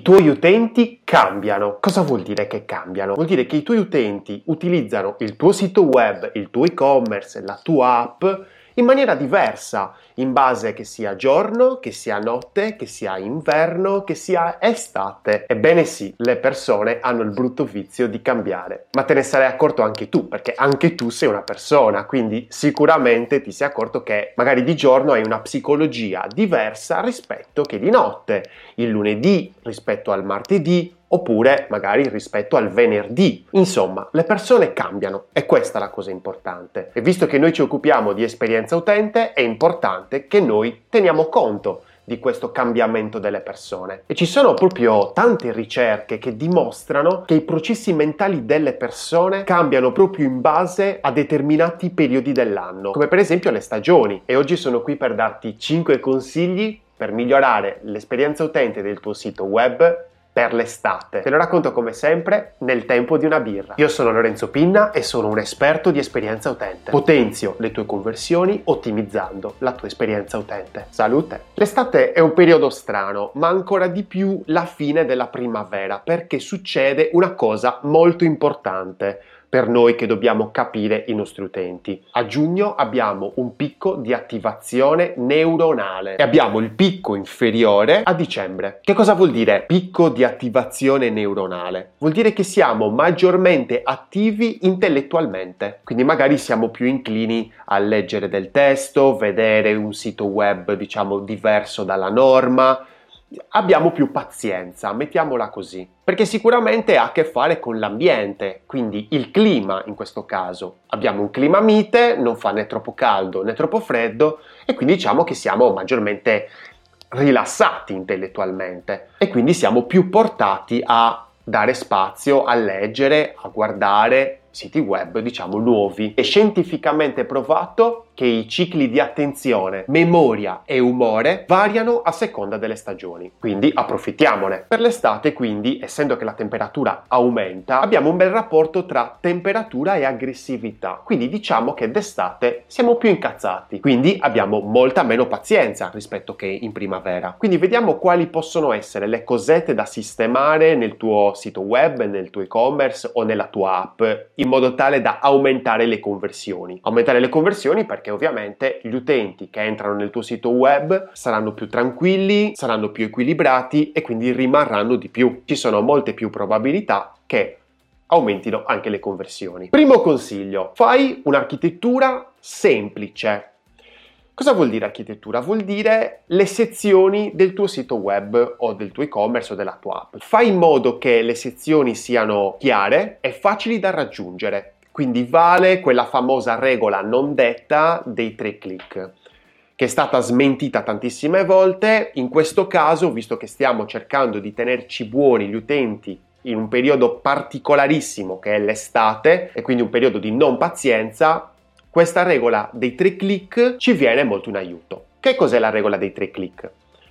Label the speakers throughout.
Speaker 1: tuoi utenti cambiano. Cosa vuol dire che cambiano? Vuol dire che i tuoi utenti utilizzano il tuo sito web, il tuo e-commerce, la tua app in maniera diversa, in base che sia giorno, che sia notte, che sia inverno, che sia estate. Ebbene sì, le persone hanno il brutto vizio di cambiare. Ma te ne sarai accorto anche tu, perché anche tu sei una persona, quindi sicuramente ti sei accorto che magari di giorno hai una psicologia diversa rispetto che di notte, il lunedì rispetto al martedì, oppure magari rispetto al venerdì. Insomma, le persone cambiano e questa è la cosa importante. E visto che noi ci occupiamo di esperienza utente, è importante che noi teniamo conto di questo cambiamento delle persone. E ci sono proprio tante ricerche che dimostrano che i processi mentali delle persone cambiano proprio in base a determinati periodi dell'anno, come per esempio le stagioni. E oggi sono qui per darti 5 consigli per migliorare l'esperienza utente del tuo sito web per l'estate. Te lo racconto come sempre nel tempo di una birra. Io sono Lorenzo Pinna e sono un esperto di esperienza utente. Potenzio le tue conversioni ottimizzando la tua esperienza utente. Salute! L'estate è un periodo strano, ma ancora di più la fine della primavera, perché succede una cosa molto importante per noi che dobbiamo capire i nostri utenti. A giugno abbiamo un picco di attivazione neuronale e abbiamo il picco inferiore a dicembre. Che cosa vuol dire picco di attivazione neuronale? Vuol dire che siamo maggiormente attivi intellettualmente, quindi magari siamo più inclini a leggere del testo, vedere un sito web diciamo diverso dalla norma. Abbiamo più pazienza, mettiamola così, perché sicuramente ha a che fare con l'ambiente, quindi il clima in questo caso. Abbiamo un clima mite, non fa né troppo caldo né troppo freddo e quindi diciamo che siamo maggiormente rilassati intellettualmente e quindi siamo più portati a dare spazio a leggere, a guardare siti web, diciamo, nuovi. È scientificamente provato che i cicli di attenzione, memoria e umore variano a seconda delle stagioni. Quindi approfittiamone. Per l'estate, quindi, essendo che la temperatura aumenta, abbiamo un bel rapporto tra temperatura e aggressività. Quindi diciamo che d'estate siamo più incazzati. Quindi abbiamo molta meno pazienza rispetto che in primavera. Quindi vediamo quali possono essere le cosette da sistemare nel tuo sito web, nel tuo e-commerce o nella tua app, in modo tale da aumentare le conversioni. Aumentare le conversioni perché ovviamente gli utenti che entrano nel tuo sito web saranno più tranquilli, saranno più equilibrati e quindi rimarranno di più. Ci sono molte più probabilità che aumentino anche le conversioni. Primo consiglio, fai un'architettura semplice. Cosa vuol dire architettura? Vuol dire le sezioni del tuo sito web o del tuo e-commerce o della tua app. Fai in modo che le sezioni siano chiare e facili da raggiungere. Quindi vale quella famosa regola non detta dei 3 click, che è stata smentita tantissime volte. In questo caso, visto che stiamo cercando di tenerci buoni gli utenti in un periodo particolarissimo che è l'estate e quindi un periodo di non pazienza, questa regola dei 3 click ci viene molto in aiuto. Che cos'è la regola dei 3 click?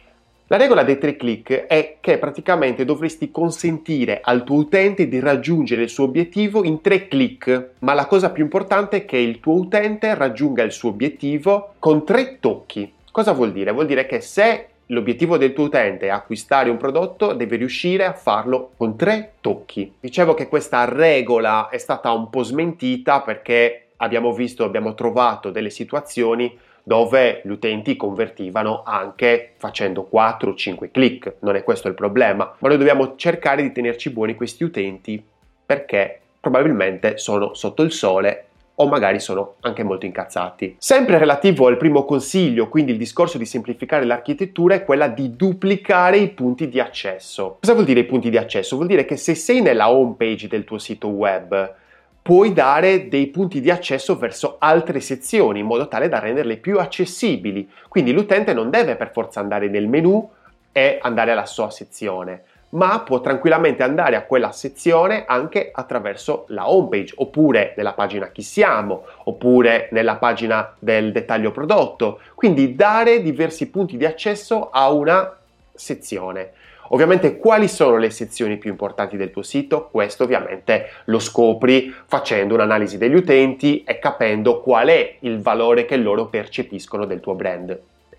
Speaker 1: La regola dei 3 click è che praticamente dovresti consentire al tuo utente di raggiungere il suo obiettivo in 3 click, ma la cosa più importante è che il tuo utente raggiunga il suo obiettivo con 3 tocchi. Cosa vuol dire? Vuol dire che se l'obiettivo del tuo utente è acquistare un prodotto, devi riuscire a farlo con 3 tocchi. Dicevo che questa regola è stata un po' smentita perché abbiamo trovato delle situazioni dove gli utenti convertivano anche facendo 4 o 5 click. Non è questo il problema, ma noi dobbiamo cercare di tenerci buoni questi utenti perché probabilmente sono sotto il sole o magari sono anche molto incazzati. Sempre relativo al primo consiglio, quindi il discorso di semplificare l'architettura, è quella di duplicare i punti di accesso. Cosa vuol dire i punti di accesso? Vuol dire che se sei nella home page del tuo sito web, puoi dare dei punti di accesso verso altre sezioni in modo tale da renderle più accessibili. Quindi l'utente non deve per forza andare nel menu e andare alla sua sezione, ma può tranquillamente andare a quella sezione anche attraverso la homepage, oppure nella pagina Chi siamo, oppure nella pagina del dettaglio prodotto. Quindi dare diversi punti di accesso a una sezione. Ovviamente quali sono le sezioni più importanti del tuo sito? Questo ovviamente lo scopri facendo un'analisi degli utenti e capendo qual è il valore che loro percepiscono del tuo brand.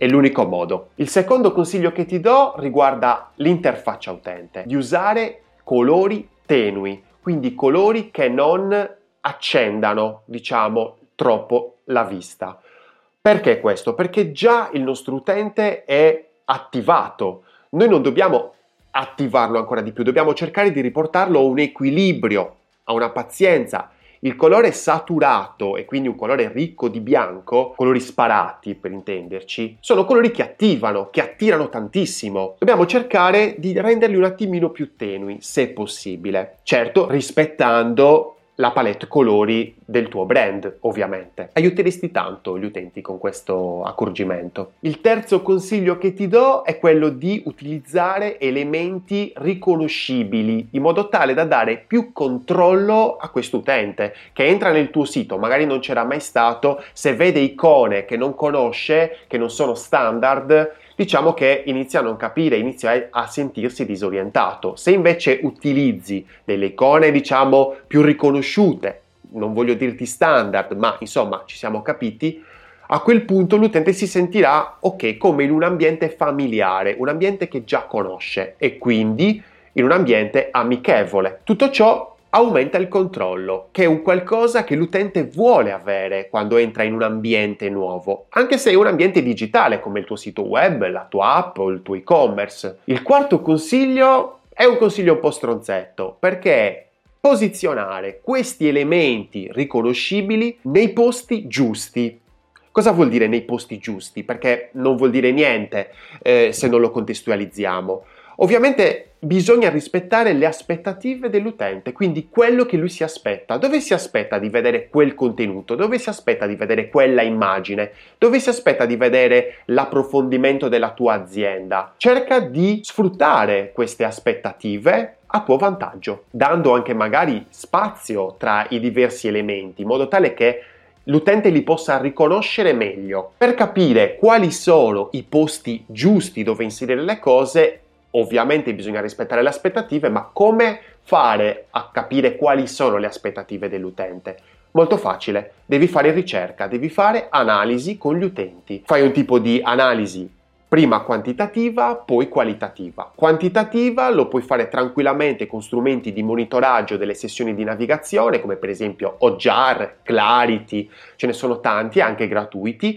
Speaker 1: è l'unico modo. Il secondo consiglio che ti do riguarda l'interfaccia utente, di usare colori tenui, quindi colori che non accendano, diciamo, troppo la vista. Perché questo? Perché già il nostro utente è attivato. Noi non dobbiamo attivarlo ancora di più, dobbiamo cercare di riportarlo a un equilibrio, a una pazienza. Il colore saturato e quindi un colore ricco di bianco, colori sparati per intenderci, sono colori che attivano, che attirano tantissimo. Dobbiamo cercare di renderli un attimino più tenui, se possibile. Certo, rispettando la palette colori del tuo brand, ovviamente. Aiuteresti tanto gli utenti con questo accorgimento. Il terzo consiglio che ti do è quello di utilizzare elementi riconoscibili in modo tale da dare più controllo a questo utente che entra nel tuo sito, magari non c'era mai stato, se vede icone che non conosce, che non sono standard, diciamo che inizia a non capire, inizia a sentirsi disorientato. Se invece utilizzi delle icone, diciamo, più riconosciute, non voglio dirti standard, ma insomma ci siamo capiti, a quel punto l'utente si sentirà, ok, come in un ambiente familiare, un ambiente che già conosce e quindi in un ambiente amichevole. Tutto ciò aumenta il controllo, che è un qualcosa che l'utente vuole avere quando entra in un ambiente nuovo, anche se è un ambiente digitale come il tuo sito web, la tua app o il tuo e-commerce. Il quarto consiglio è un consiglio un po' stronzetto, perché posizionare questi elementi riconoscibili nei posti giusti. Cosa vuol dire nei posti giusti? Perché non vuol dire niente se non lo contestualizziamo. Ovviamente bisogna rispettare le aspettative dell'utente, quindi quello che lui si aspetta. Dove si aspetta di vedere quel contenuto? Dove si aspetta di vedere quella immagine? Dove si aspetta di vedere l'approfondimento della tua azienda? Cerca di sfruttare queste aspettative a tuo vantaggio, dando anche magari spazio tra i diversi elementi, in modo tale che l'utente li possa riconoscere meglio. Per capire quali sono i posti giusti dove inserire le cose, ovviamente bisogna rispettare le aspettative, ma come fare a capire quali sono le aspettative dell'utente? Molto facile, devi fare ricerca, devi fare analisi con gli utenti. Fai un tipo di analisi prima quantitativa, poi qualitativa. Quantitativa lo puoi fare tranquillamente con strumenti di monitoraggio delle sessioni di navigazione, come per esempio Hotjar, Clarity, ce ne sono tanti, anche gratuiti,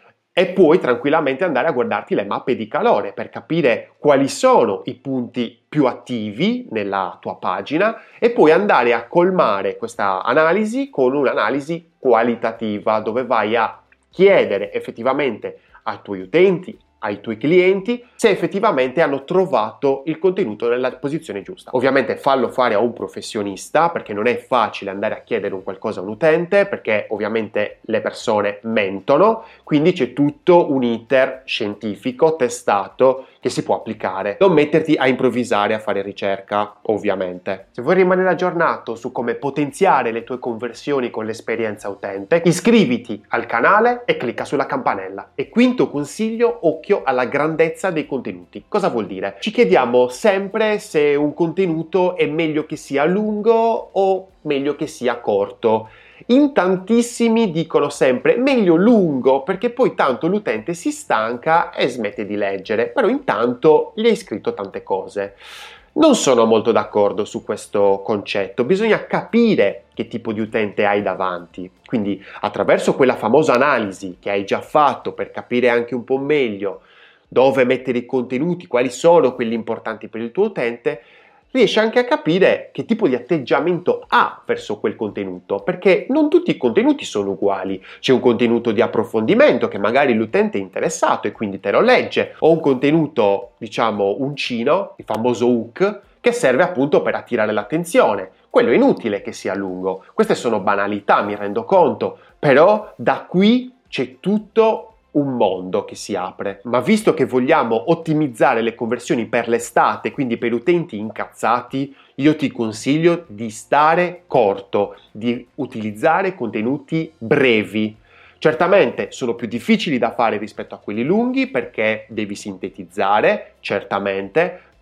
Speaker 1: e puoi tranquillamente andare a guardarti le mappe di calore per capire quali sono i punti più attivi nella tua pagina e poi andare a colmare questa analisi con un'analisi qualitativa dove vai a chiedere effettivamente ai tuoi utenti, ai tuoi clienti, se effettivamente hanno trovato il contenuto nella posizione giusta. Ovviamente fallo fare a un professionista, perché non è facile andare a chiedere un qualcosa a un utente, perché ovviamente le persone mentono, quindi c'è tutto un iter scientifico, testato, che si può applicare. Non metterti a improvvisare, a fare ricerca, ovviamente. Se vuoi rimanere aggiornato su come potenziare le tue conversioni con l'esperienza utente, iscriviti al canale e clicca sulla campanella. E quinto consiglio, occhio alla grandezza dei contenuti. Cosa vuol dire? Ci chiediamo sempre se un contenuto è meglio che sia lungo o meglio che sia corto. In tantissimi dicono sempre meglio lungo perché poi tanto l'utente si stanca e smette di leggere, però intanto gli hai scritto tante cose. Non sono molto d'accordo su questo concetto, bisogna capire che tipo di utente hai davanti, quindi attraverso quella famosa analisi che hai già fatto per capire anche un po' meglio dove mettere i contenuti, quali sono quelli importanti per il tuo utente, riesci anche a capire che tipo di atteggiamento ha verso quel contenuto, perché non tutti i contenuti sono uguali. C'è un contenuto di approfondimento che magari l'utente è interessato e quindi te lo legge, o un contenuto, diciamo, uncino, il famoso hook, che serve appunto per attirare l'attenzione. Quello è inutile che sia lungo. Queste sono banalità, mi rendo conto, però da qui c'è tutto un mondo che si apre. Ma visto che vogliamo ottimizzare le conversioni per l'estate, quindi per utenti incazzati, io ti consiglio di stare corto, di utilizzare contenuti brevi. Certamente sono più difficili da fare rispetto a quelli lunghi perché devi sintetizzare, certamente,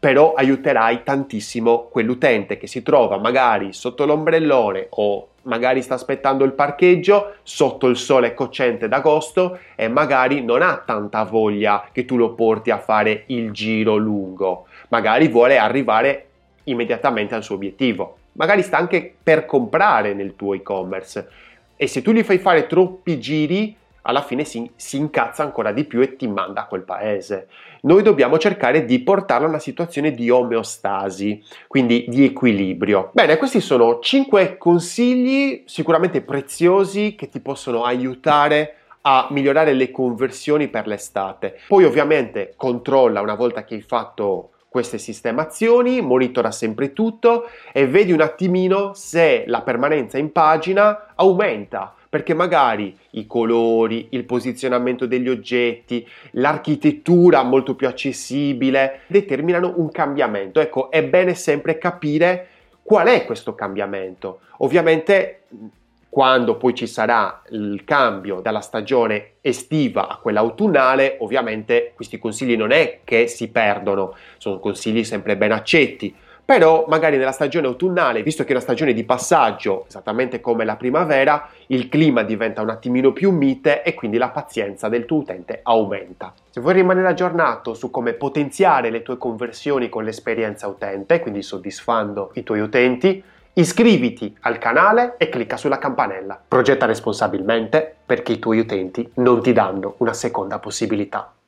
Speaker 1: però aiuterai tantissimo quell'utente che si trova magari sotto l'ombrellone o magari sta aspettando il parcheggio sotto il sole cocente d'agosto e magari non ha tanta voglia che tu lo porti a fare il giro lungo, magari vuole arrivare immediatamente al suo obiettivo, magari sta anche per comprare nel tuo e-commerce e se tu gli fai fare troppi giri alla fine si incazza ancora di più e ti manda a quel paese. Noi dobbiamo cercare di portarlo a una situazione di omeostasi, quindi di equilibrio. Bene, questi sono 5 consigli sicuramente preziosi che ti possono aiutare a migliorare le conversioni per l'estate. Poi ovviamente controlla una volta che hai fatto queste sistemazioni, monitora sempre tutto e vedi un attimino se la permanenza in pagina aumenta, perché magari i colori, il posizionamento degli oggetti, l'architettura molto più accessibile determinano un cambiamento. Ecco, è bene sempre capire qual è questo cambiamento. Ovviamente quando poi ci sarà il cambio dalla stagione estiva a quella autunnale, ovviamente questi consigli non è che si perdono, sono consigli sempre ben accetti, però magari nella stagione autunnale, visto che è una stagione di passaggio, esattamente come la primavera, il clima diventa un attimino più mite e quindi la pazienza del tuo utente aumenta. Se vuoi rimanere aggiornato su come potenziare le tue conversioni con l'esperienza utente, quindi soddisfando i tuoi utenti, iscriviti al canale e clicca sulla campanella. Progetta responsabilmente perché i tuoi utenti non ti danno una seconda possibilità.